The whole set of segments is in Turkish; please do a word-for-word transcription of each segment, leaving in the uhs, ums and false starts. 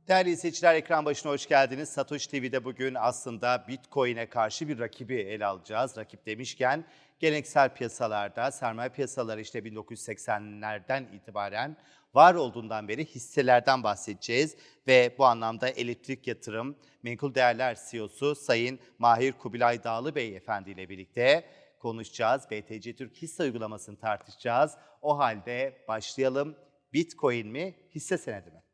Değerli izleyiciler, ekran başına hoş geldiniz. Satoshi T V'de bugün aslında Bitcoin'e karşı bir rakibi ele alacağız. Rakip demişken geleneksel piyasalarda, sermaye piyasaları işte bin dokuz yüz seksenlerden itibaren var olduğundan beri hisselerden bahsedeceğiz. Ve bu anlamda Elektrik Yatırım Menkul Değerler C E O'su Sayın Mahir Kubilay Dağlı Bey Efendi ile birlikte konuşacağız. B T C Türk hisse uygulamasını tartışacağız. O halde başlayalım. Bitcoin mi, hisse senedi mi?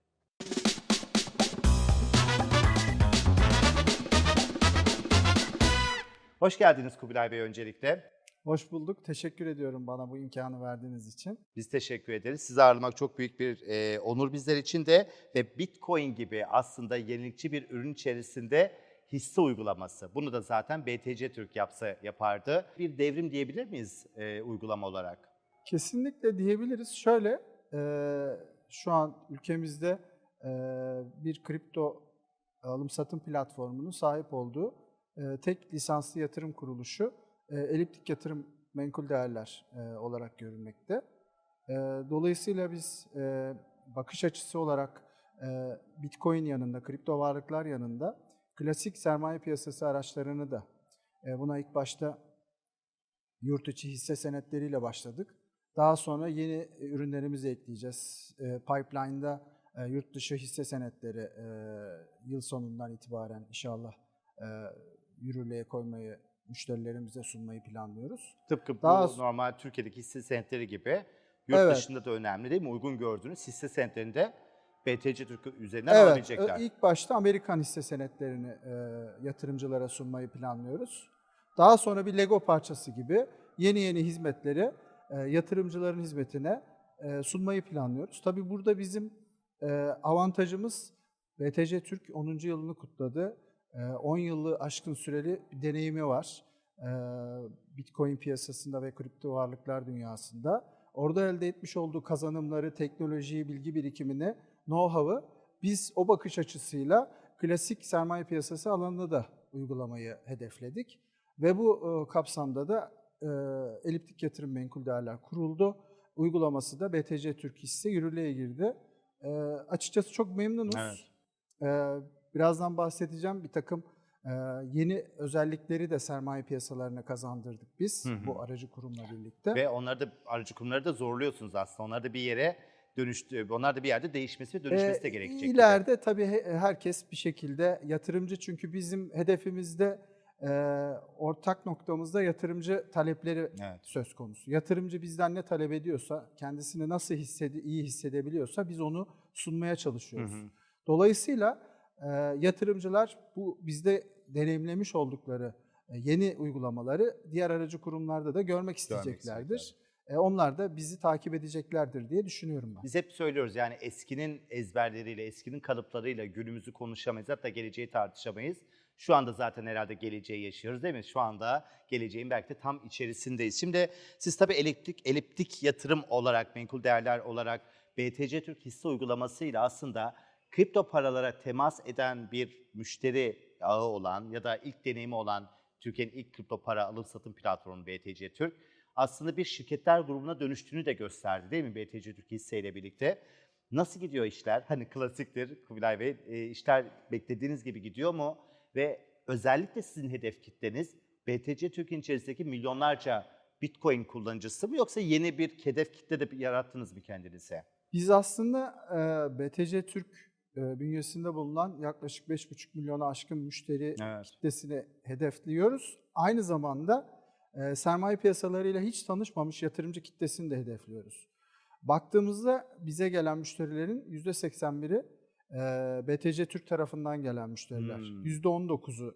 Hoş geldiniz Kubilay Bey öncelikle. Hoş bulduk. Teşekkür ediyorum bana bu imkanı verdiğiniz için. Biz teşekkür ederiz. Sizi ağırlamak çok büyük bir e, onur bizler için de ve Bitcoin gibi aslında yenilikçi bir ürün içerisinde hisse uygulaması. Bunu da zaten B T C Türk yapsa yapardı. Bir devrim diyebilir miyiz e, uygulama olarak? Kesinlikle diyebiliriz. Şöyle, e, şu an ülkemizde e, bir kripto alım-satım platformunun sahip olduğu e, tek lisanslı yatırım kuruluşu e, Elektrik Yatırım Menkul Değerler e, olarak görülmekte. E, dolayısıyla biz e, bakış açısı olarak e, Bitcoin yanında, kripto varlıklar yanında klasik sermaye piyasası araçlarını da e, buna ilk başta yurt içi hisse senetleriyle başladık. Daha sonra yeni ürünlerimizi ekleyeceğiz. E, pipeline'da e, yurt dışı hisse senetleri e, yıl sonundan itibaren inşallah e, yürürlüğe koymayı, müşterilerimize sunmayı planlıyoruz. Tıpkı Daha bu normal Türkiye'deki hisse senetleri gibi yurt evet. dışında da önemli değil mi? Uygun gördüğünüz hisse senetlerinde B T C Türk üzerinden evet, alabilecekler. İlk başta Amerikan hisse senetlerini e, yatırımcılara sunmayı planlıyoruz. Daha sonra bir Lego parçası gibi yeni yeni hizmetleri e, yatırımcıların hizmetine e, sunmayı planlıyoruz. Tabii burada bizim e, avantajımız B T C Türk onuncu yılını kutladı. E, on yılı aşkın süreli bir deneyimi var. E, Bitcoin piyasasında ve kripto varlıklar dünyasında. Orada elde etmiş olduğu kazanımları, teknolojiyi, bilgi birikimini, know-how'ı biz o bakış açısıyla klasik sermaye piyasası alanında da uygulamayı hedefledik. Ve bu e, kapsamda da e, Elektrik Yatırım Menkul Değerler kuruldu. Uygulaması da B T C Türk hisse yürürlüğe girdi. E, açıkçası çok memnunuz. Evet. E, birazdan bahsedeceğim. Bir takım e, yeni özellikleri de sermaye piyasalarına kazandırdık biz, hı hı, bu aracı kurumla birlikte. Ve onları da, aracı kurumları da zorluyorsunuz aslında. Onlar da bir yere dönüştü, onlar da bir yerde değişmesi ve dönüşmesi e, de gerekecek. İleride gibi. Tabii herkes bir şekilde yatırımcı, çünkü bizim hedefimizde e, ortak noktamızda yatırımcı talepleri evet. söz konusu. Yatırımcı bizden ne talep ediyorsa, kendisini nasıl hissedi, iyi hissedebiliyorsa biz onu sunmaya çalışıyoruz. Hı hı. Dolayısıyla e, yatırımcılar bu bizde deneyimlemiş oldukları e, yeni uygulamaları diğer aracı kurumlarda da görmek isteyeceklerdir. Görmek E, onlar da bizi takip edeceklerdir diye düşünüyorum ben. Biz hep söylüyoruz yani eskinin ezberleriyle, eskinin kalıplarıyla günümüzü konuşamayız, hatta geleceği tartışamayız. Şu anda zaten herhalde geleceği yaşıyoruz değil mi? Şu anda geleceğin belki de tam içerisindeyiz. Şimdi siz tabii elektrik, elektrik yatırım olarak, menkul değerler olarak B T C Türk hisse uygulamasıyla aslında kripto paralara temas eden bir müşteri ağı olan ya da ilk deneyimi olan Türkiye'nin ilk kripto para alım satım platformu B T C Türk aslında bir şirketler grubuna dönüştüğünü de gösterdi değil mi B T C Türk hisseyle birlikte? Nasıl gidiyor işler? Hani klasiktir Kubilay Bey, e, işler beklediğiniz gibi gidiyor mu? Ve özellikle sizin hedef kitleniz B T C Türk'ün içerisindeki milyonlarca Bitcoin kullanıcısı mı, yoksa yeni bir hedef kitle de yarattınız mı kendinize? Biz aslında e, B T C Türk e, bünyesinde bulunan yaklaşık beş buçuk milyona aşkın müşteri evet. kitlesini hedefliyoruz. Aynı zamanda e, sermaye piyasalarıyla hiç tanışmamış yatırımcı kitlesini de hedefliyoruz. Baktığımızda bize gelen müşterilerin yüzde seksen biri e, B T C Türk tarafından gelen müşteriler. Hmm. yüzde on dokuzu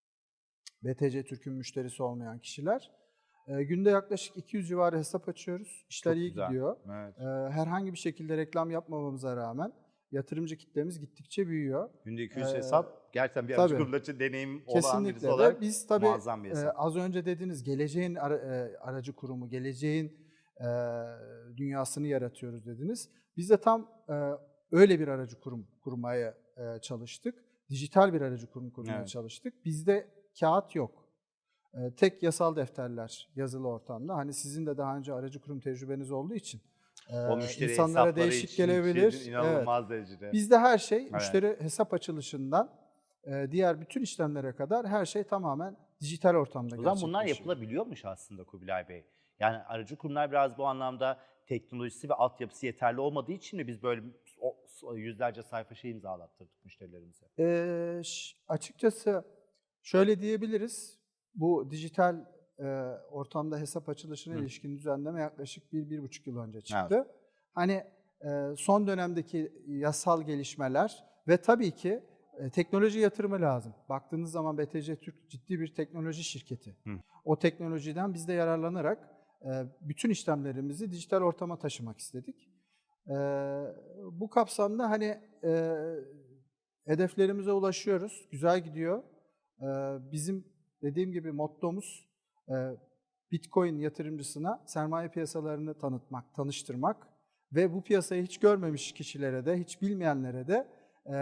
B T C Türk'ün müşterisi olmayan kişiler. E, günde yaklaşık iki yüz civarı hesap açıyoruz. İşler Çok iyi güzel. gidiyor. Evet. E, herhangi bir şekilde reklam yapmamamıza rağmen yatırımcı kitlemiz gittikçe büyüyor. Günde iki yüz ee, hesap gerçekten bir aracı kurumlar için deneyim olan birisi Ve olarak biz tabii, muazzam bir hesap. E, az önce dediğiniz geleceğin ara, e, aracı kurumu, geleceğin e, dünyasını yaratıyoruz dediniz. Biz de tam e, öyle bir aracı kurum kurmaya e, çalıştık. Dijital bir aracı kurum kurmaya evet. çalıştık. Bizde kağıt yok. E, tek yasal defterler yazılı ortamda. Hani sizin de daha önce aracı kurum tecrübeniz olduğu için O müşteri insanlara hesapları değişik için gelebilir. şeyin inanılmaz derecede. Bizde her şey, Evet. müşteri hesap açılışından e, diğer bütün işlemlere kadar her şey tamamen dijital ortamda O zaman bunlar gerçekleşiyor. yapılabiliyormuş aslında Kubilay Bey. Yani aracı kurumlar biraz bu anlamda teknolojisi ve altyapısı yeterli olmadığı için mi biz böyle o- yüzlerce sayfa şey imzalattırdık müşterilerimize? Ee, ş- açıkçası şöyle diyebiliriz. Bu dijital e, ortamda hesap açılışına Hı. ilişkin düzenleme yaklaşık bir, bir buçuk yıl önce Evet. çıktı. Hani e, son dönemdeki yasal gelişmeler ve tabii ki e, teknoloji yatırımı lazım. Baktığınız zaman B T C Türk ciddi bir teknoloji şirketi. Hı. O teknolojiden biz de yararlanarak e, bütün işlemlerimizi dijital ortama taşımak istedik. E, bu kapsamda hani e, hedeflerimize ulaşıyoruz. Güzel gidiyor. Ee, bizim dediğim gibi mottomuz e, Bitcoin yatırımcısına sermaye piyasalarını tanıtmak, tanıştırmak ve bu piyasayı hiç görmemiş kişilere de, hiç bilmeyenlere de e,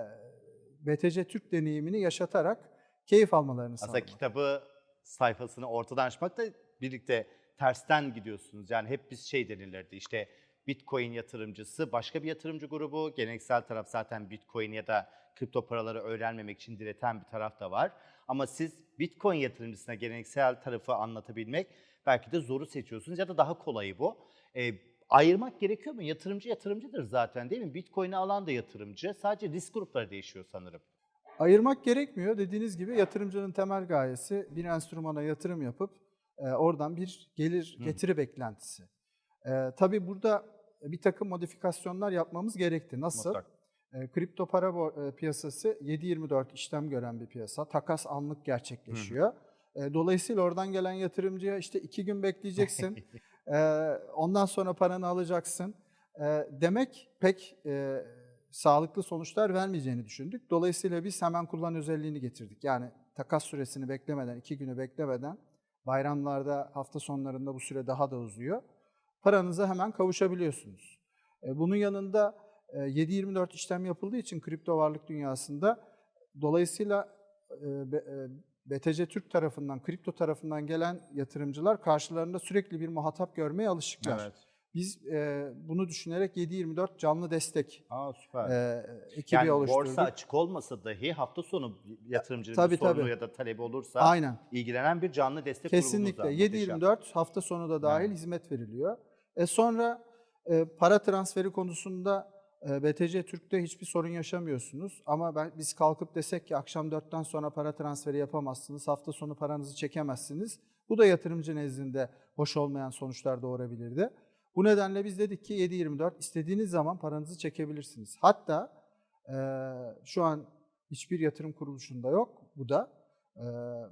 B T C Türk deneyimini yaşatarak keyif almalarını Aslında sağlamak. kitabı sayfasını ortadan açmakla birlikte tersten gidiyorsunuz. Yani hep biz şey denilirdi işte Bitcoin yatırımcısı başka bir yatırımcı grubu. Geleneksel taraf zaten Bitcoin ya da kripto paraları öğrenmemek için direten bir taraf da var. Ama siz Bitcoin yatırımcısına geleneksel tarafı anlatabilmek belki de zoru seçiyorsunuz ya da daha kolayı bu. E, ayırmak gerekiyor mu? Yatırımcı yatırımcıdır zaten değil mi? Bitcoin'i alan da yatırımcı. Sadece risk grupları değişiyor sanırım. Ayırmak gerekmiyor. Dediğiniz gibi yatırımcının temel gayesi bir enstrümana yatırım yapıp e, oradan bir gelir Hı. getiri beklentisi. E, tabii burada bir takım modifikasyonlar yapmamız gerekti. Nasıl? Mutlak. E, kripto para bo- e, piyasası yedi yirmi dört işlem gören bir piyasa. Takas anlık gerçekleşiyor. E, dolayısıyla oradan gelen yatırımcıya işte iki gün bekleyeceksin. e, ondan sonra paranı alacaksın. E, demek pek e, sağlıklı sonuçlar vermeyeceğini düşündük. Dolayısıyla biz hemen kullan özelliğini getirdik. Yani takas süresini beklemeden, iki günü beklemeden, bayramlarda, hafta sonlarında bu süre daha da uzuyor. Paranıza hemen kavuşabiliyorsunuz. E, bunun yanında e, yedi yirmi dört işlem yapıldığı için kripto varlık dünyasında dolayısıyla e, B- e, B T C Türk tarafından, kripto tarafından gelen yatırımcılar karşılarında sürekli bir muhatap görmeye alışıklar. Evet. Biz e, bunu düşünerek yedi yirmi dört canlı destek Aa süper. e, ekibi Yani oluşturduk. borsa açık olmasa dahi hafta sonu yatırımcının Tabii, bir sorunu tabii. ya da talebi olursa Aynen. ilgilenen bir canlı destek Kesinlikle. grubunuz var. yedi Muhteşem. yirmi dört hafta sonu da dahil Evet. hizmet veriliyor. E sonra e, para transferi konusunda e, B T C Türk'te hiçbir sorun yaşamıyorsunuz. Ama ben, biz kalkıp desek ki akşam dörtten sonra para transferi yapamazsınız, hafta sonu paranızı çekemezsiniz. Bu da yatırımcı nezdinde hoş olmayan sonuçlar doğurabilirdi. Bu nedenle biz dedik ki yedi yirmi dört istediğiniz zaman paranızı çekebilirsiniz. Hatta e, şu an hiçbir yatırım kuruluşunda yok bu da. E,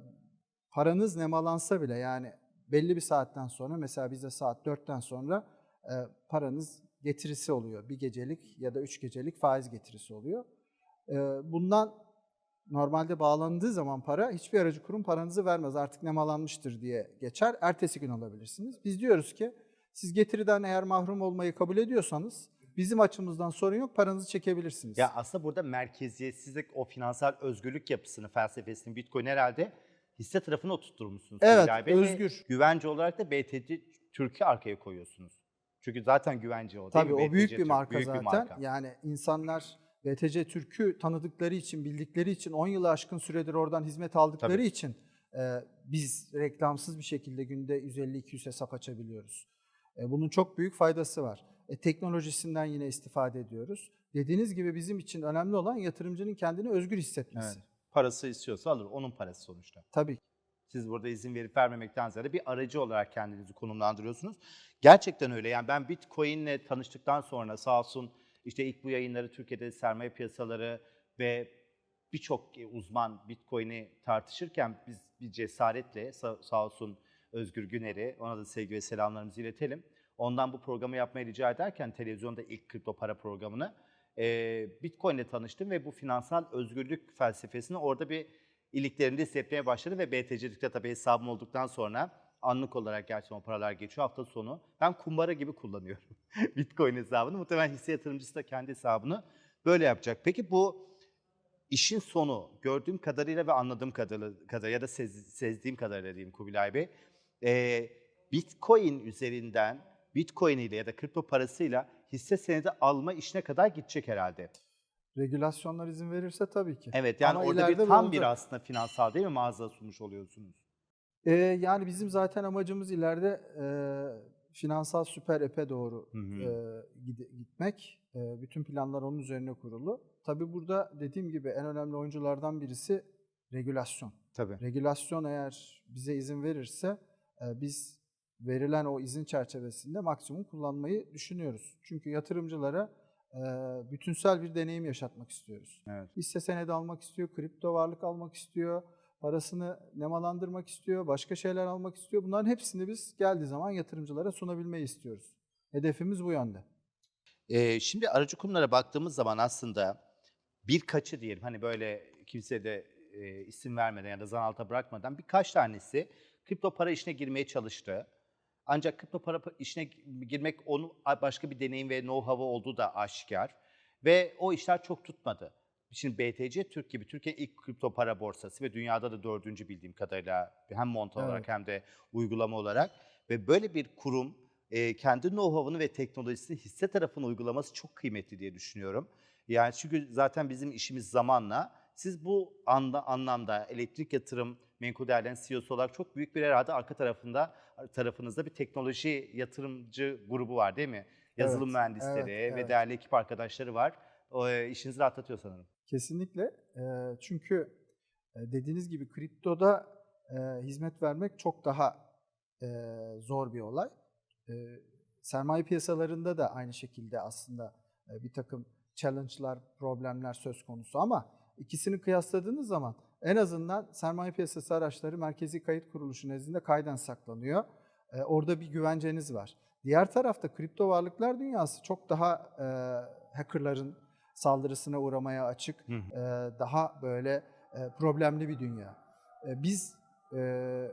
paranız nemalansa bile yani belli bir saatten sonra mesela bizde saat dörtten sonra e, paranız getirisi oluyor. Bir gecelik ya da üç gecelik faiz getirisi oluyor. E, bundan normalde bağlandığı zaman para hiçbir aracı kurum paranızı vermez. Artık nemalanmıştır diye geçer. Ertesi gün alabilirsiniz. Biz diyoruz ki siz getiriden eğer mahrum olmayı kabul ediyorsanız bizim açımızdan sorun yok, paranızı çekebilirsiniz. Ya aslında burada merkeziyetsizlik, o finansal özgürlük yapısını, felsefesini Bitcoin herhalde hisse tarafına oturtturmuşsunuz. Evet, Kubilay Bey ve özgür. güvence olarak da B T C Türk'ü arkaya koyuyorsunuz. Çünkü zaten güvence o değil Tabii mi? o büyük B T C bir Türk, marka büyük zaten. Bir marka. Yani insanlar B T C Türk'ü tanıdıkları için, bildikleri için, on yılı aşkın süredir oradan hizmet aldıkları Tabii. için e, biz reklamsız bir şekilde günde yüz elli iki yüz hesap açabiliyoruz. E, bunun çok büyük faydası var. E, teknolojisinden yine istifade ediyoruz. Dediğiniz gibi bizim için önemli olan yatırımcının kendini özgür hissetmesi. Evet. Parası istiyorsa alır. Onun parası sonuçta. Tabii ki. Siz burada izin verip vermemekten ziyade bir aracı olarak kendinizi konumlandırıyorsunuz. Gerçekten öyle. Yani ben Bitcoin'le tanıştıktan sonra sağ olsun işte ilk bu yayınları Türkiye'de sermaye piyasaları ve birçok uzman Bitcoin'i tartışırken biz bir cesaretle sağ, sağ olsun Özgür Güner'i, ona da sevgi ve selamlarımızı iletelim. Ondan bu programı yapmayı rica ederken televizyonda ilk kripto para programını e, Bitcoin'le tanıştım ve bu finansal özgürlük felsefesini orada bir iliklerinde hissetmeye başladı ve B T C'likte tabii hesabım olduktan sonra anlık olarak gerçekten o paralar geçiyor hafta sonu. Ben kumbara gibi kullanıyorum Bitcoin hesabını. Muhtemelen hisse yatırımcısı da kendi hesabını böyle yapacak. Peki bu işin sonu gördüğüm kadarıyla ve anladığım kadarıyla ya da sez, sezdiğim kadarıyla diyeyim Kubilay Bey. E, Bitcoin üzerinden Bitcoin ile ya da kripto parasıyla hisse senedi alma işine kadar gidecek herhalde. Regülasyonlar izin verirse tabii ki. Evet, yani Ama orada bir ileride bu tam bir olacak. aslında finansal değil mi mağaza sunmuş oluyorsunuz? Ee, yani bizim zaten amacımız ileride e, finansal süper app'e doğru Hı hı. e, gide- gitmek. E, bütün planlar onun üzerine kurulu. Tabii burada dediğim gibi en önemli oyunculardan birisi regülasyon. Tabii. Regülasyon eğer bize izin verirse e, biz verilen o izin çerçevesinde maksimum kullanmayı düşünüyoruz. Çünkü yatırımcılara e, bütünsel bir deneyim yaşatmak istiyoruz. Evet. Hisse senedi almak istiyor, kripto varlık almak istiyor, parasını nemalandırmak istiyor, başka şeyler almak istiyor. Bunların hepsini biz geldiği zaman yatırımcılara sunabilmeyi istiyoruz. Hedefimiz bu yönde. Ee, şimdi aracı kurumlara baktığımız zaman aslında birkaçı diyelim hani böyle kimse de e, isim vermeden ya da zan altına bırakmadan birkaç tanesi kripto para işine girmeye çalıştı. Ancak kripto para işine girmek onun başka bir deneyim ve know-how'ı olduğu da aşikar. Ve o işler çok tutmadı. Şimdi B T C Türk gibi Türkiye'nin ilk kripto para borsası ve dünyada da dördüncü bildiğim kadarıyla hem monta Evet. olarak hem de uygulama olarak. Ve böyle bir kurum e, kendi know-how'ını ve teknolojisini hisse tarafına uygulaması çok kıymetli diye düşünüyorum. Yani çünkü zaten bizim işimiz zamanla. Siz bu anda, anlamda elektrik yatırım menkul değerlerin C E O'su olarak çok büyük bir herhalde arka tarafında tarafınızda bir teknoloji yatırımcı grubu var değil mi? Yazılım Evet, mühendisleri evet, ve evet. değerli ekip arkadaşları var. O e, işinizi rahatlatıyor sanırım. Kesinlikle. Eee, çünkü e, dediğiniz gibi kriptoda e, hizmet vermek çok daha e, zor bir olay. E, sermaye piyasalarında da aynı şekilde aslında e, bir takım challenge'lar, problemler söz konusu ama ikisini kıyasladığınız zaman en azından sermaye piyasası araçları Merkezi Kayıt Kuruluşu nezdinde kayden saklanıyor. E, orada bir güvenceniz var. Diğer tarafta kripto varlıklar dünyası çok daha e, hackerların saldırısına uğramaya açık, Hı hı. e, daha böyle e, problemli bir dünya. E, biz e,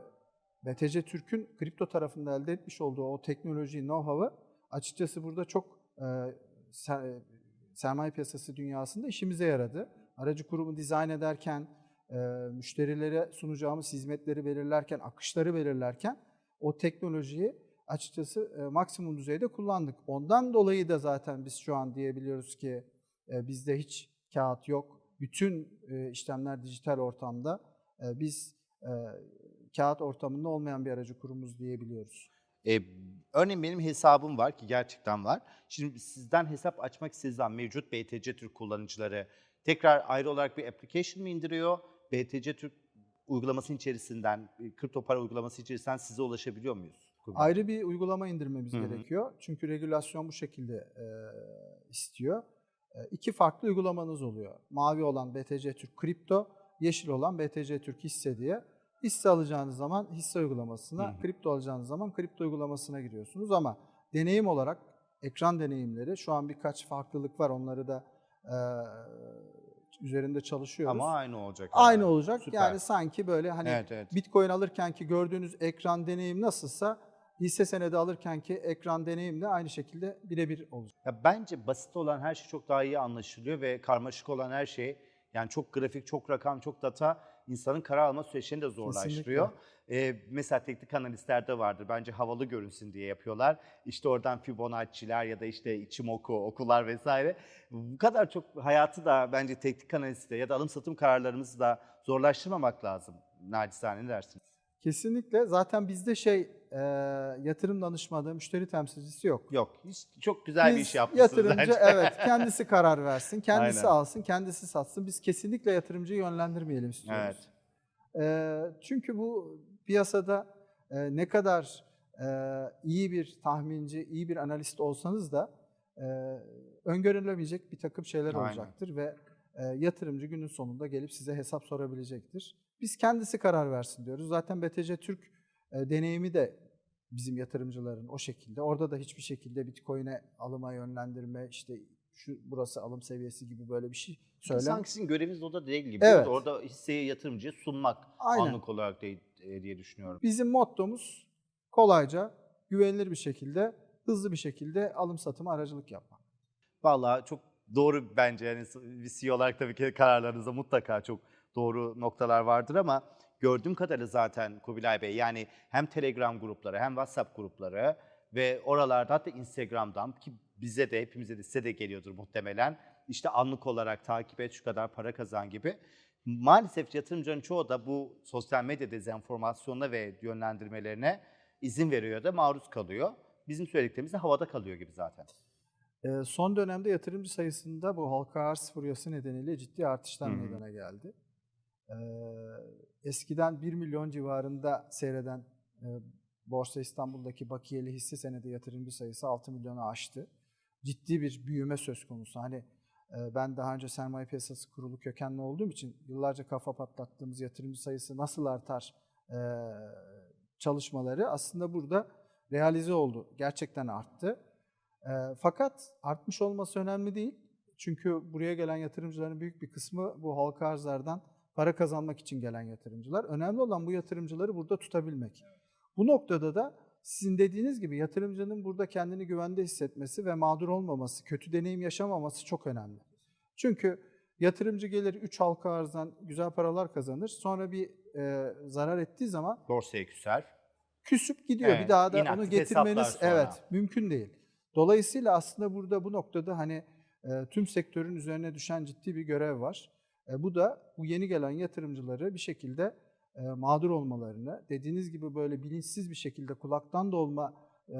B T C Türk'ün kripto tarafında elde etmiş olduğu o teknoloji, know-how'ı açıkçası burada çok e, ser, sermaye piyasası dünyasında işimize yaradı. Aracı kurumu dizayn ederken, e, müşterilere sunacağımız hizmetleri belirlerken, akışları belirlerken o teknolojiyi açıkçası e, maksimum düzeyde kullandık. Ondan dolayı da zaten biz şu an diyebiliyoruz ki e, bizde hiç kağıt yok. Bütün e, işlemler dijital ortamda. E, biz e, kağıt ortamında olmayan bir aracı kurumuz diyebiliyoruz. E, örneğin benim hesabım var ki gerçekten var. Şimdi sizden hesap açmak istediğiniz zaman mevcut B T C Türk kullanıcıları tekrar ayrı olarak bir application mı indiriyor? B T C Türk uygulamasının içerisinden, e, kripto para uygulaması içerisinden size ulaşabiliyor muyuz? Kubilay Bey? Ayrı bir uygulama indirmemiz Hı hı. gerekiyor. Çünkü regülasyon bu şekilde e, istiyor. E, iki farklı uygulamanız oluyor. Mavi olan B T C Türk Kripto, yeşil olan B T C Türk Hisse diye. Hisse alacağınız zaman hisse uygulamasına, Hı hı. kripto alacağınız zaman kripto uygulamasına giriyorsunuz. Ama deneyim olarak ekran deneyimleri, şu an birkaç farklılık var. Onları da e, üzerinde çalışıyoruz. Ama aynı olacak Aynı herhalde. olacak. Süper. Yani sanki böyle hani Evet, evet. Bitcoin alırken ki gördüğünüz ekran deneyim nasılsa hisse senedi alırken ki ekran deneyim de aynı şekilde birebir olacak. Ya bence basit olan her şey çok daha iyi anlaşılıyor ve karmaşık olan her şey yani çok grafik, çok rakam, çok data insanın karar alma süreçlerini de zorlaştırıyor. Ee, mesela teknik analistler vardır. Bence havalı görünsün diye yapıyorlar. İşte oradan Fibonacci'ler ya da işte Ichimoku okular vesaire. Bu kadar çok hayatı da bence teknik analiste ya da alım satım kararlarımızı da zorlaştırmamak lazım. Naçizane ne dersiniz? Kesinlikle. Zaten bizde şey e, yatırım danışmanlığı, müşteri temsilcisi yok. Yok, hiç, çok güzel bir iş Biz yapmışsınız yatırımcı bence. evet kendisi karar versin, kendisi Aynen. alsın, kendisi satsın. Biz kesinlikle yatırımcıyı yönlendirmeyelim istiyoruz. Evet. Ee, çünkü bu piyasada e, ne kadar e, iyi bir tahminci, iyi bir analist olsanız da e, öngörülemeyecek bir takım şeyler Aynen. olacaktır ve e, yatırımcı günün sonunda gelip size hesap sorabilecektir. Biz kendisi karar versin diyoruz. Zaten B T C Türk e, deneyimi de bizim yatırımcıların o şekilde. Orada da hiçbir şekilde Bitcoin'e alıma yönlendirme, işte şu burası alım seviyesi gibi böyle bir şey söylem. Sanki sizin göreviniz o da değil gibi. Evet. Orada hisseyi yatırımcıya sunmak Aynen. anlık olarak değil, e, diye düşünüyorum. Bizim mottomuz kolayca, güvenilir bir şekilde, hızlı bir şekilde alım satımı aracılık yapmak. Vallahi çok doğru bence. Yani bir C E O olarak tabii ki kararlarınızda mutlaka çok doğru noktalar vardır ama gördüğüm kadarıyla zaten Kubilay Bey yani hem Telegram grupları hem WhatsApp grupları Ve oralarda hatta Instagram'dan ki bize de hepimize de size de geliyordur muhtemelen. İşte anlık olarak takip et, şu kadar para kazan gibi. Maalesef yatırımcıların çoğu da bu sosyal medya dezenformasyonuna ve yönlendirmelerine izin veriyor ya da maruz kalıyor. Bizim söylediklerimiz de havada kalıyor gibi zaten. Ee, son dönemde yatırımcı sayısında bu halka arz furyası nedeniyle ciddi artışlar Hı hı. meydana geldi. Ee, eskiden bir milyon civarında seyreden e, Borsa İstanbul'daki bakiyeli hisse senedi yatırımcı sayısı altı milyonu aştı. Ciddi bir büyüme söz konusu. Hani e, ben daha önce sermaye piyasası kurulu kökenli olduğum için yıllarca kafa patlattığımız yatırımcı sayısı nasıl artar e, çalışmaları aslında burada realize oldu. Gerçekten arttı. E, fakat artmış olması önemli değil. Çünkü buraya gelen yatırımcıların büyük bir kısmı bu halka arzlardan para kazanmak için gelen yatırımcılar. Önemli olan bu yatırımcıları burada tutabilmek. Bu noktada da sizin dediğiniz gibi yatırımcının burada kendini güvende hissetmesi ve mağdur olmaması, kötü deneyim yaşamaması çok önemli. Çünkü yatırımcı gelir üç halka arzdan güzel paralar kazanır. Sonra bir e, zarar ettiği zaman Borsaya küser. küsüp gidiyor. Evet, Bir daha da inaktif onu getirmeniz hesaplar sonra. evet mümkün değil. Dolayısıyla aslında burada bu noktada hani e, tüm sektörün üzerine düşen ciddi bir görev var. E, bu da bu yeni gelen yatırımcıları bir şekilde e, mağdur olmalarını, dediğiniz gibi böyle bilinçsiz bir şekilde kulaktan dolma e,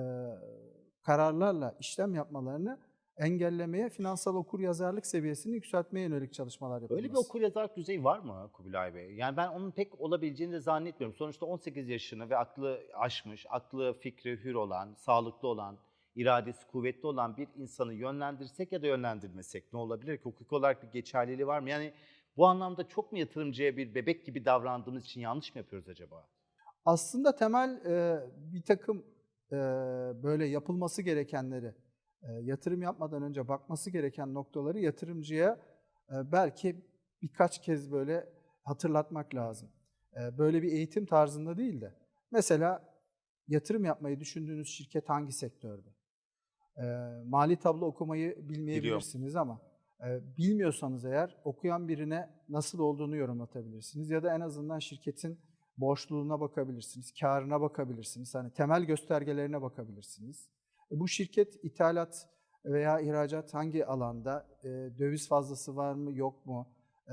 kararlarla işlem yapmalarını engellemeye, finansal okuryazarlık seviyesini yükseltmeye yönelik çalışmalar yapılması. Öyle bir okuryazarlık düzeyi var mı Kubilay Bey? Yani ben onun pek olabileceğini de zannetmiyorum. Sonuçta on sekiz yaşını ve aklı aşmış, aklı fikri hür olan, sağlıklı olan, iradesi kuvvetli olan bir insanı yönlendirsek ya da yönlendirmesek ne olabilir ki? Hukuki olarak bir geçerliliği var mı? Yani bu anlamda çok mu yatırımcıya bir bebek gibi davrandığımız için yanlış mı yapıyoruz acaba? Aslında temel e, bir takım e, böyle yapılması gerekenleri, e, yatırım yapmadan önce bakması gereken noktaları yatırımcıya e, belki birkaç kez böyle hatırlatmak lazım. E, böyle bir eğitim tarzında değil de. Mesela yatırım yapmayı düşündüğünüz şirket hangi sektörde? E, mali tablo okumayı bilmeyebilirsiniz ama e, bilmiyorsanız eğer okuyan birine nasıl olduğunu yorumlatabilirsiniz. Ya da en azından şirketin borçluluğuna bakabilirsiniz, kârına bakabilirsiniz, hani temel göstergelerine bakabilirsiniz. E, bu şirket ithalat veya ihracat hangi alanda, e, döviz fazlası var mı yok mu e,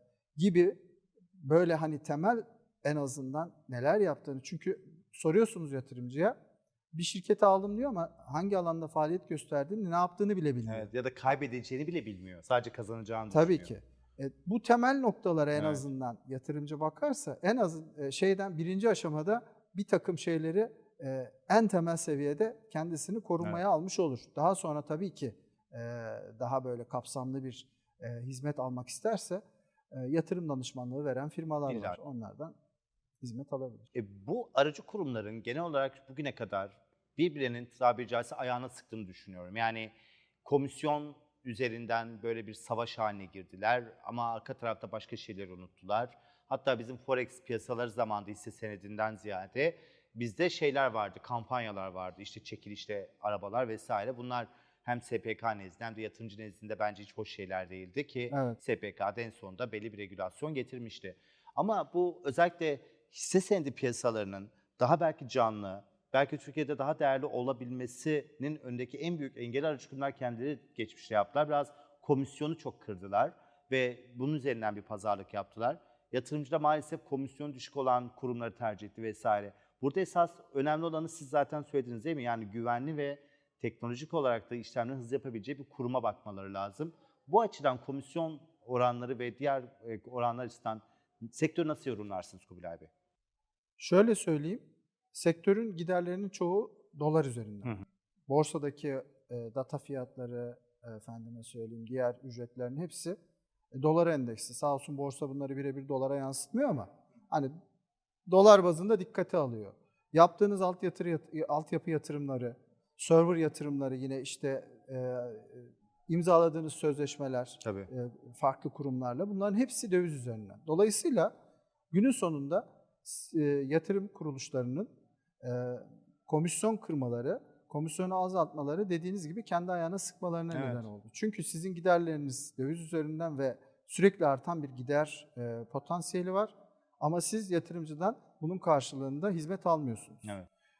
gibi böyle hani temel en azından neler yaptığını, çünkü soruyorsunuz yatırımcıya, bir şirkete aldım diyor ama hangi alanda faaliyet gösterdiğini, ne yaptığını bile bilmiyor. Evet, ya da kaybedeceğini bile bilmiyor. Sadece kazanacağını Tabii düşünüyor. ki. E, bu temel noktalara en Evet. azından yatırımcı bakarsa en az e, şeyden birinci aşamada bir takım şeyleri e, en temel seviyede kendisini korumaya Evet. almış olur. Daha sonra tabii ki e, daha böyle kapsamlı bir e, hizmet almak isterse e, yatırım danışmanlığı veren firmalar İlla. var. Onlardan hizmet alabilir. E, bu aracı kurumların genel olarak bugüne kadar birbirinin tabiri caizse ayağına sıktığını düşünüyorum. Yani komisyon üzerinden böyle bir savaş haline girdiler ama arka tarafta başka şeyleri unuttular. Hatta bizim Forex piyasaları zamanında hisse senedinden ziyade bizde şeyler vardı, kampanyalar vardı. İşte çekilişte arabalar vesaire. Bunlar hem S P K nezdinde hem de yatırımcı nezdinde bence hiç hoş şeyler değildi ki Evet. S P K'da en sonunda belli bir regülasyon getirmişti. Ama bu özellikle hisse senedi piyasalarının daha belki canlı, belki Türkiye'de daha değerli olabilmesinin önündeki en büyük engel aracı kurumlar kendileri geçmişte yaptılar. Biraz komisyonu çok kırdılar ve bunun üzerinden bir pazarlık yaptılar. Yatırımcı da maalesef komisyonu düşük olan kurumları tercih etti vesaire. Burada esas önemli olanı siz zaten söylediniz değil mi? Yani güvenli ve teknolojik olarak da işlemleri hızlı yapabileceği bir kuruma bakmaları lazım. Bu açıdan komisyon oranları ve diğer oranlar açısından sektörü nasıl yorumlarsınız Kubilay Bey? Şöyle söyleyeyim, sektörün giderlerinin çoğu dolar üzerinden. Hı hı. Borsadaki e, data fiyatları, e, efendime söyleyeyim, diğer ücretlerin hepsi e, dolara endeksli. Sağ olsun borsa bunları birebir dolara yansıtmıyor ama hani dolar bazında dikkate alıyor. Yaptığınız alt yatırı, altyapı yatırımları, server yatırımları, yine işte e, imzaladığınız sözleşmeler Tabii. e, farklı kurumlarla, bunların hepsi döviz üzerinden. Dolayısıyla günün sonunda e, yatırım kuruluşlarının e, komisyon kırmaları, komisyonu azaltmaları dediğiniz gibi kendi ayağına sıkmalarına Evet. neden oldu. Çünkü sizin giderleriniz döviz üzerinden ve sürekli artan bir gider e, potansiyeli var. Ama siz yatırımcıdan bunun karşılığında hizmet almıyorsunuz. Evet.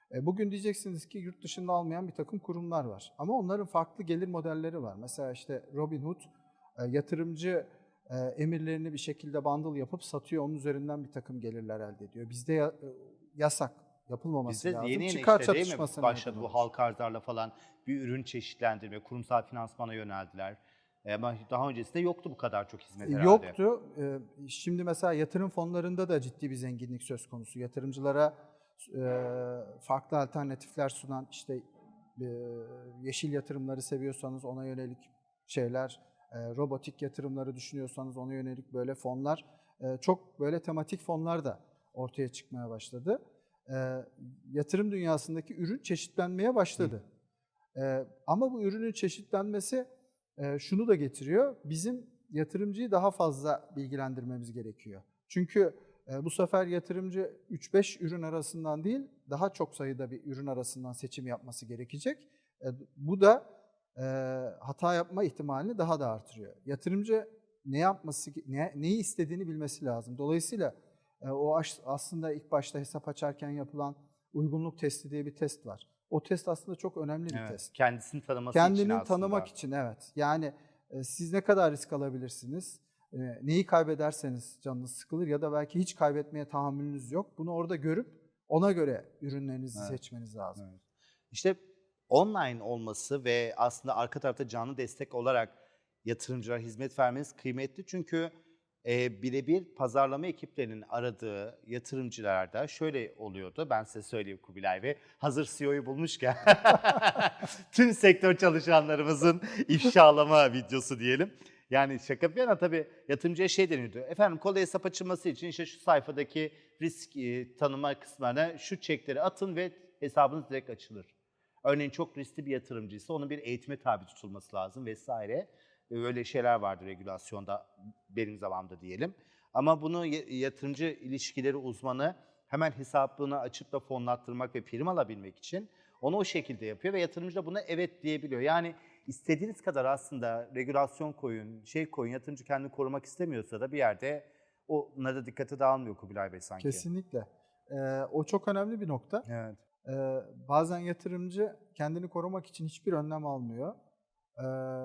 E, bugün diyeceksiniz ki yurt dışında almayan bir takım kurumlar var. Ama onların farklı gelir modelleri var. Mesela işte Robinhood e, yatırımcı e, emirlerini bir şekilde bundle yapıp satıyor. Onun üzerinden bir takım gelirler elde ediyor. Bizde ya, e, yasak. Yapılmaması Bizde lazım. yeni yeni Çıkar işte değil mi çatışmasına başladı neden bu olur. halka arzlarla falan bir ürün çeşitlendirme, kurumsal finansmana yöneldiler. E, Ama daha öncesinde yoktu bu kadar çok hizmet herhalde. Yoktu. Ee, Şimdi mesela yatırım fonlarında da ciddi bir zenginlik söz konusu. Yatırımcılara e, farklı alternatifler sunan, işte e, yeşil yatırımları seviyorsanız ona yönelik şeyler, e, robotik yatırımları düşünüyorsanız ona yönelik böyle fonlar, e, çok böyle tematik fonlar da ortaya çıkmaya başladı. E, Yatırım dünyasındaki ürün çeşitlenmeye başladı. E, Ama bu ürünün çeşitlenmesi e, şunu da getiriyor. Bizim yatırımcıyı daha fazla bilgilendirmemiz gerekiyor. Çünkü e, bu sefer yatırımcı üç beş ürün arasından değil, daha çok sayıda bir ürün arasından seçim yapması gerekecek. E, bu da e, hata yapma ihtimalini daha da artırıyor. Yatırımcı ne yapması, ne, neyi istediğini bilmesi lazım. Dolayısıyla e, o aslında ilk başta hesap açarken yapılan uygunluk testi diye bir test var. O test aslında çok önemli bir Evet, test. kendisini tanıması Kendini için aslında. tanımak için, evet. Yani e, siz ne kadar risk alabilirsiniz? E, neyi kaybederseniz canınız sıkılır ya da belki hiç kaybetmeye tahammülünüz yok. Bunu orada görüp ona göre ürünlerinizi Evet. seçmeniz lazım. Evet. İşte online olması ve aslında arka tarafta canlı destek olarak yatırımcılara hizmet vermeniz kıymetli. Çünkü e, birebir pazarlama ekiplerinin aradığı yatırımcılarda şöyle oluyordu. Ben size söyleyeyim Kubilay Bey. Hazır C E O'yu bulmuşken tüm sektör çalışanlarımızın ifşalama videosu diyelim. Yani şaka bir yana tabii yatırımcıya şey deniyordu. Efendim kolay hesap açılması için işte şu sayfadaki risk e, tanıma kısmına şu çekleri atın ve hesabınız direkt açılır. Örneğin çok riskli bir yatırımcıysa onun bir eğitime tabi tutulması lazım vesaire. Öyle şeyler vardı regülasyonda benim zamanımda diyelim. Ama bunu yatırımcı ilişkileri uzmanı hemen hesabını açıp da fonlattırmak ve prim alabilmek için onu o şekilde yapıyor ve yatırımcı da buna evet diyebiliyor. Yani istediğiniz kadar aslında regülasyon koyun, şey koyun, yatırımcı kendini korumak istemiyorsa da bir yerde onlara da dikkate dağılmıyor Kubilay Bey sanki. Kesinlikle. Ee, o çok önemli bir nokta. Evet. Ee, bazen yatırımcı kendini korumak için hiçbir önlem almıyor. Ee,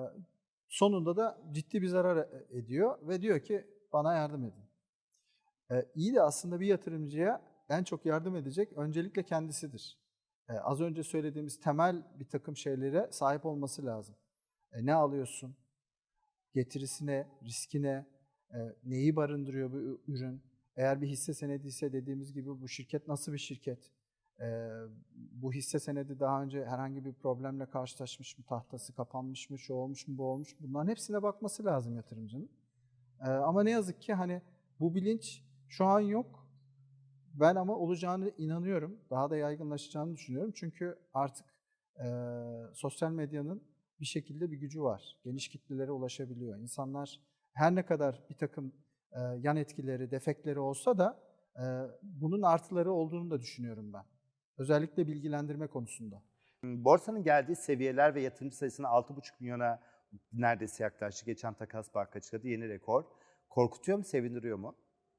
sonunda da ciddi bir zarar ediyor ve diyor ki bana yardım edin. Ee, iyi de aslında bir yatırımcıya en çok yardım edecek öncelikle kendisidir. Ee, az önce söylediğimiz temel bir takım şeylere sahip olması lazım. Ee, ne alıyorsun? Getirisine, riskine, e, neyi barındırıyor bu ürün? Eğer bir hisse senedi ise dediğimiz gibi bu şirket nasıl bir şirket? Ee, bu hisse senedi daha önce herhangi bir problemle karşılaşmış mı? Tahtası kapanmış mı? Şu olmuş mu? Bu olmuş mu? Bunların hepsine bakması lazım yatırımcının. Ee, ama ne yazık ki hani bu bilinç şu an yok. Ben ama olacağını inanıyorum. Daha da yaygınlaşacağını düşünüyorum. Çünkü artık e, sosyal medyanın bir şekilde bir gücü var. Geniş kitlelere ulaşabiliyor. İnsanlar her ne kadar bir takım e, yan etkileri, defekleri olsa da e, bunun artıları olduğunu da düşünüyorum ben. Özellikle bilgilendirme konusunda. Borsanın geldiği seviyeler ve yatırımcı sayısına altı buçuk milyona neredeyse yaklaştı. Geçen takas banka açıkladı, yeni rekor. Korkutuyor mu, sevindiriyor mu?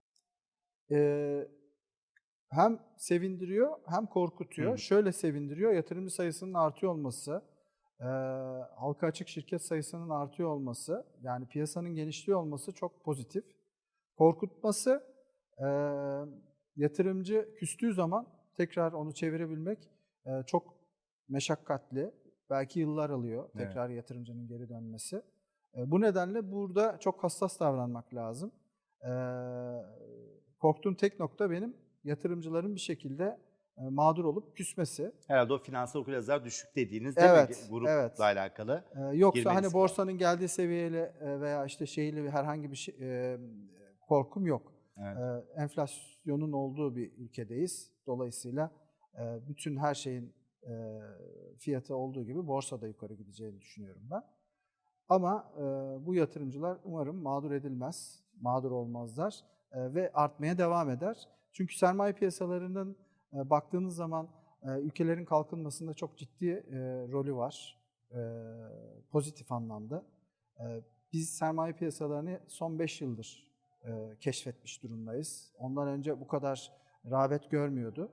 Ee, hem sevindiriyor hem korkutuyor. Hı. Şöyle sevindiriyor, yatırımcı sayısının artıyor olması, e, halka açık şirket sayısının artıyor olması, yani piyasanın genişliyor olması çok pozitif. Korkutması, e, yatırımcı küstüğü zaman tekrar onu çevirebilmek e, çok meşakkatli. Belki yıllar alıyor tekrar evet. yatırımcının geri dönmesi. E, bu nedenle burada çok hassas davranmak lazım. E, korktuğum tek nokta benim yatırımcıların bir şekilde e, mağdur olup küsmesi. Herhalde o finansal okuryazarlar düşük dediğiniz değil evet, mi? Grupla evet. alakalı. E, yoksa hani borsanın geldiği seviyeyle e, veya işte şeyle herhangi bir şey, e, korkum yok. Evet. E, enflasyonun olduğu bir ülkedeyiz. Dolayısıyla e, bütün her şeyin e, fiyatı olduğu gibi borsada yukarı gideceğini düşünüyorum ben. Ama e, bu yatırımcılar umarım mağdur edilmez, mağdur olmazlar e, ve artmaya devam eder. Çünkü sermaye piyasalarının e, baktığınız zaman e, ülkelerin kalkınmasında çok ciddi e, rolü var, e, pozitif anlamda. E, biz sermaye piyasalarını son beş yıldır e, keşfetmiş durumdayız. Ondan önce bu kadar rağbet görmüyordu.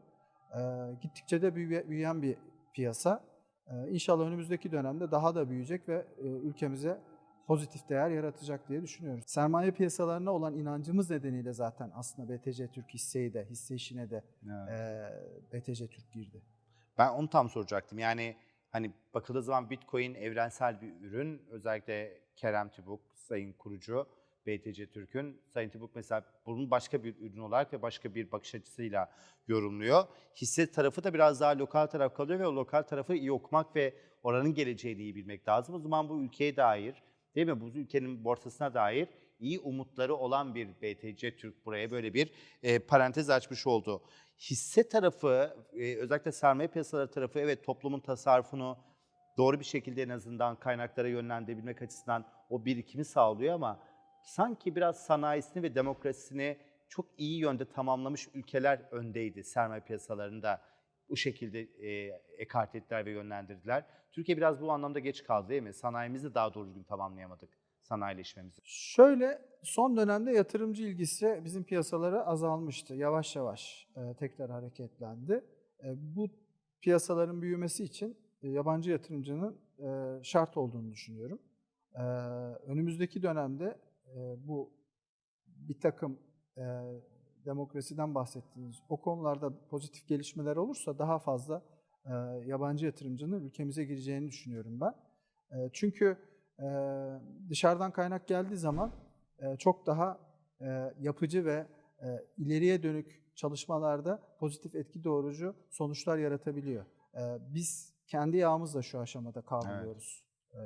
E, gittikçe de büyüye- büyüyen bir piyasa. E, İnşallah önümüzdeki dönemde daha da büyüyecek ve e, ülkemize pozitif değer yaratacak diye düşünüyoruz. Sermaye piyasalarına olan inancımız nedeniyle zaten aslında B T C Türk hisseyi de, hisse işine de Evet. e, B T C Türk girdi. Ben onu tam soracaktım. Yani hani bakıldığı zaman Bitcoin evrensel bir ürün. Özellikle Kerem Tibuk, sayın kurucu B T C Türk'ün. Sayın Tibuk mesela bunun başka bir ürün olarak ve başka bir bakış açısıyla yorumluyor. Hisse tarafı da biraz daha lokal taraf kalıyor ve o lokal tarafı iyi okumak ve oranın geleceğini iyi bilmek lazım. O zaman bu ülkeye dair, değil mi? Bu ülkenin borsasına dair iyi umutları olan bir B T C Türk buraya böyle bir e, parantez açmış oldu. Hisse tarafı, e, özellikle sermaye piyasaları tarafı evet toplumun tasarrufunu doğru bir şekilde en azından kaynaklara yönlendirebilmek açısından o birikimi sağlıyor ama sanki biraz sanayisini ve demokrasisini çok iyi yönde tamamlamış ülkeler öndeydi sermaye piyasalarında. Bu şekilde e, ekart ettiler ve yönlendirdiler. Türkiye biraz bu anlamda geç kaldı değil mi? Sanayimizi daha doğru düzgün tamamlayamadık, sanayileşmemizi. Şöyle, son dönemde yatırımcı ilgisi bizim piyasalara azalmıştı. Yavaş yavaş e, tekrar hareketlendi. E, bu piyasaların büyümesi için e, yabancı yatırımcının e, şart olduğunu düşünüyorum. E, önümüzdeki dönemde e, bu bir takım e, demokrasiden bahsettiğiniz o konularda pozitif gelişmeler olursa daha fazla e, yabancı yatırımcının ülkemize gireceğini düşünüyorum ben. E, çünkü e, dışarıdan kaynak geldiği zaman e, çok daha e, yapıcı ve e, ileriye dönük çalışmalarda pozitif etki doğurucu sonuçlar yaratabiliyor. E, biz kendi yağımızla şu aşamada kavruluyoruz. E,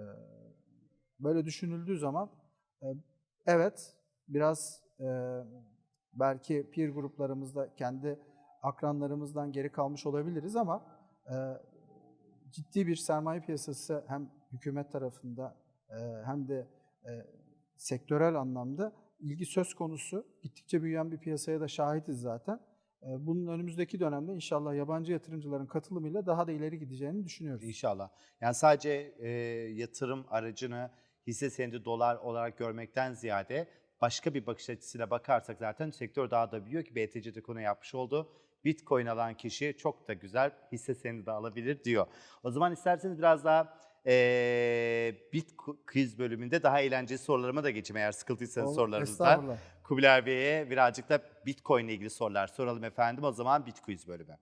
böyle düşünüldüğü zaman e, evet biraz e, belki peer gruplarımızda kendi akranlarımızdan geri kalmış olabiliriz ama e, ciddi bir sermaye piyasası hem hükümet tarafında e, hem de e, sektörel anlamda ilgi söz konusu. Gittikçe büyüyen bir piyasaya da şahitiz zaten. E, bunun önümüzdeki dönemde inşallah yabancı yatırımcıların katılımıyla daha da ileri gideceğini düşünüyoruz. İnşallah. Yani sadece e, yatırım aracını hisse senedi dolar olarak görmekten ziyade başka bir bakış açısıyla bakarsak zaten sektör daha da büyüyor ki B T C de konu yapmış oldu. Bitcoin alan kişi çok da güzel hisse senedi de alabilir diyor. O zaman isterseniz biraz daha e, Bit quiz bölümünde daha eğlenceli sorularıma da geçeyim eğer sıkıldıysanız O, sorularınızdan. estağfurullah. Kubilay Bey'e birazcık da Bitcoin ile ilgili sorular soralım efendim. O zaman Bit quiz bölümü.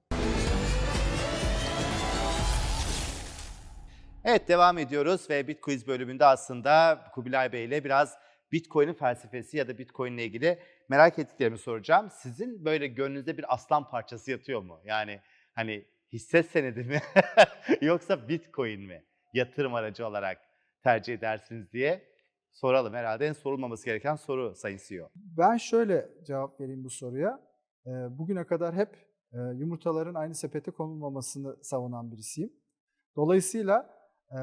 Evet devam ediyoruz ve BitQuiz bölümünde aslında Kubilay Bey ile biraz Bitcoin'in felsefesi ya da Bitcoin ile ilgili merak ettiklerimi soracağım. Sizin böyle gönlünüzde bir aslan parçası yatıyor mu? Yani hani hisse senedi mi yoksa Bitcoin mi yatırım aracı olarak tercih edersiniz diye soralım. Herhalde en sorulmaması gereken soru Sayın C E O. Ben şöyle cevap vereyim bu soruya. E, bugüne kadar hep e, yumurtaların aynı sepete konulmamasını savunan birisiyim. Dolayısıyla e,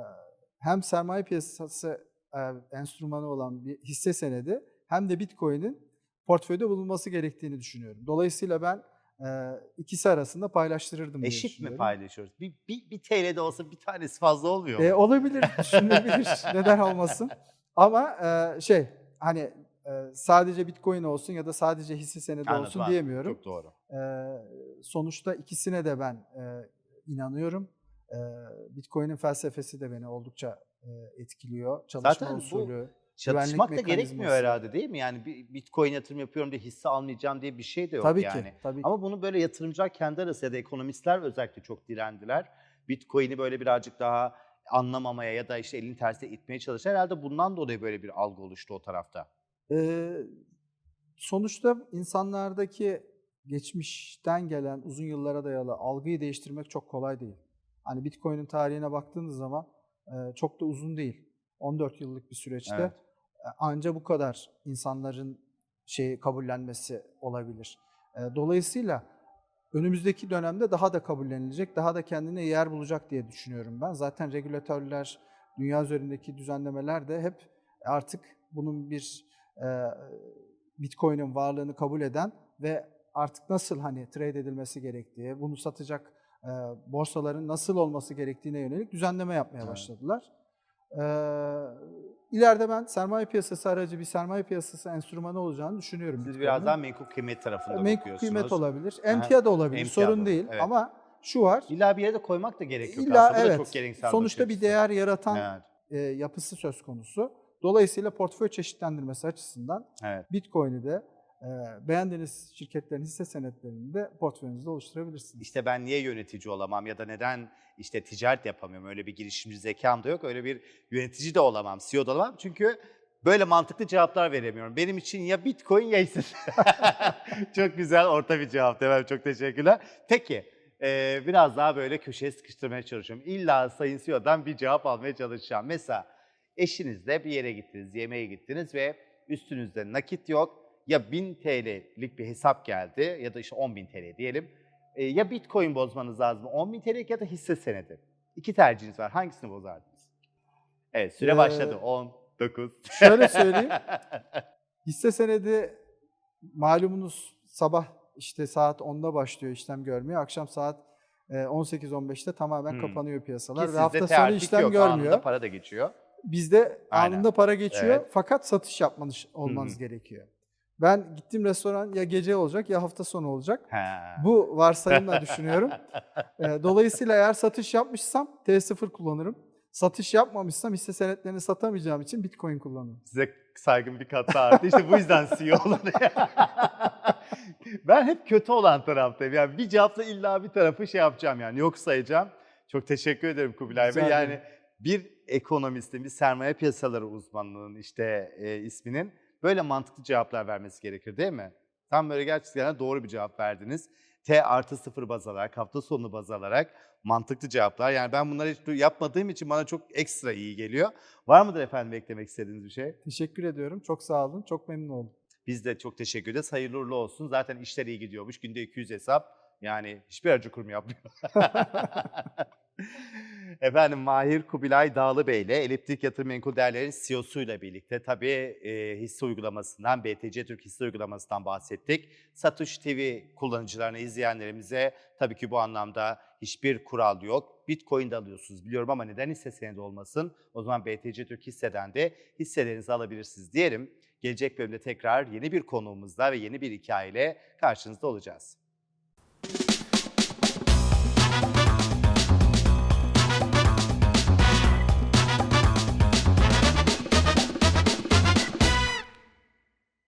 hem sermaye piyasası e, enstrümanı olan bir hisse senedi hem de Bitcoin'in portföyde bulunması gerektiğini düşünüyorum. Dolayısıyla ben e, ikisi arasında paylaştırırdım diye Eşit mi düşünüyorum. paylaşıyoruz? Bir, bir, bir T L'de olsa bir tanesi fazla olmuyor mu? E, olabilir, düşünülebilir. Neden olmasın? Ama e, şey, hani e, sadece Bitcoin olsun ya da sadece hisse senedi Anladım, olsun anladım. diyemiyorum. Çok doğru. E, sonuçta ikisine de ben e, inanıyorum. E, Bitcoin'in felsefesi de beni oldukça e, etkiliyor. Çalışma Zaten usulü, bu güvenlik çatışmak da gerekmiyor mekanizması. herhalde değil mi? Yani bir Bitcoin yatırım yapıyorum diye hisse almayacağım diye bir şey de yok Tabii yani. ki, tabii ki. Ama bunu böyle yatırımcılar kendi arası ya da ekonomistler özellikle çok direndiler. Bitcoin'i böyle birazcık daha anlamamaya ya da işte elini tersine itmeye çalıştılar. Herhalde bundan dolayı böyle bir algı oluştu o tarafta. E, sonuçta insanlardaki geçmişten gelen uzun yıllara dayalı algıyı değiştirmek çok kolay değil. Hani Bitcoin'in tarihine baktığınız zaman e, çok da uzun değil. on dört yıllık bir süreçte Evet. e, anca bu kadar insanların şeyi kabullenmesi olabilir. E, dolayısıyla önümüzdeki dönemde daha da kabullenilecek, daha da kendine yer bulacak diye düşünüyorum ben. Zaten regülatörler, dünya üzerindeki düzenlemeler de hep artık bunun bir e, Bitcoin'in varlığını kabul eden ve artık nasıl hani trade edilmesi gerektiği, bunu satacak e, borsaların nasıl olması gerektiğine yönelik düzenleme yapmaya Evet. başladılar. E, ileride ben sermaye piyasası aracı bir sermaye piyasası enstrümanı olacağını düşünüyorum. Siz Bitcoin'in. biraz daha menkul kıymet tarafında Menkul bakıyorsunuz. kıymet olabilir, Aha, emtia da olabilir, emtia sorun da değil olur, evet. ama şu var, İlla bir yere de koymak da gerek yok illa aslında. Bu da evet, çok gereksel sonuçta bakış bir açısı. değer yaratan Evet. e, yapısı söz konusu. Dolayısıyla portföy çeşitlendirmesi açısından Evet. Bitcoin'i de e, beğendiğiniz şirketlerin hisse senetlerini de portföyünüzde oluşturabilirsiniz. İşte ben niye yönetici olamam ya da neden işte ticaret yapamıyorum? Öyle bir girişimci zekam da yok. Öyle bir yönetici de olamam, C E O da olamam. Çünkü böyle mantıklı cevaplar veremiyorum. Benim için ya Bitcoin ya hisse. Çok güzel orta bir cevap. Efendim çok teşekkürler. Peki e, biraz daha böyle köşeye sıkıştırmaya çalışıyorum. İlla Sayın C E O'dan bir cevap almaya çalışacağım. Mesela eşinizle bir yere gittiniz, yemeğe gittiniz ve üstünüzde nakit yok. Ya bin T L'lik bir hesap geldi ya da işte on bin T L diyelim. E, ya Bitcoin bozmanız lazım on bin T L'lik ya da hisse senedi. İki tercihiniz var. Hangisini bozardınız? Evet süre Ee, başladı. on, dokuz. Şöyle söyleyeyim, hisse senedi malumunuz sabah işte saat onda başlıyor işlem görmeye, akşam saat e, on sekiz on beşte tamamen Hmm. kapanıyor Ki piyasalar ve sizde hafta sonu teartik işlem yok. görmüyor. Anında para da geçiyor. Bizde Aynen. anında para geçiyor Evet. fakat satış yapmanız olmanız Hı hı. gerekiyor. Ben gittim restoran ya gece olacak ya hafta sonu olacak. Ha. Bu varsayımla düşünüyorum. Ee, Dolayısıyla eğer satış yapmışsam T sıfır kullanırım. Satış yapmamışsam hisse senetlerini satamayacağım için Bitcoin kullanırım. Size saygım bir kat daha arttı. İşte bu yüzden C E O olur. Ben hep kötü olan taraftayım. Yani bir cevapla illa bir tarafı şey yapacağım yani yok sayacağım. Çok teşekkür ederim Kubilay Rica Bey. Yani ederim. bir ekonomistin, bir sermaye piyasaları uzmanının işte e, isminin böyle mantıklı cevaplar vermesi gerekir değil mi? Tam böyle gerçekten doğru bir cevap verdiniz. T artı sıfır baz alarak, hafta sonu baz alarak mantıklı cevaplar. Yani ben bunları hiç yapmadığım için bana çok ekstra iyi geliyor. Var mıdır efendim eklemek istediğiniz bir şey? Teşekkür ediyorum. Çok sağ olun. Çok memnun oldum. Biz de çok teşekkür ederiz. Hayırlı uğurlu olsun. Zaten işler iyi gidiyormuş. Günde iki yüz hesap. Yani hiçbir acı kurum yapmıyor. Efendim Mahir Kubilay Dağlı Bey ile Eliptik Yatırım Menkul Değerleri C E O'suyla birlikte tabii e, hisse uygulamasından, B T C Türk hisse uygulamasından bahsettik. Satuş T V kullanıcılarına, izleyenlerimize tabii ki bu anlamda hiçbir kural yok. Bitcoin de alıyorsunuz biliyorum ama neden hisse senedi olmasın? O zaman B T C Türk hisseden de hisselerinizi alabilirsiniz diyelim. Gelecek bölümde tekrar yeni bir konuğumuzla ve yeni bir hikayeyle karşınızda olacağız.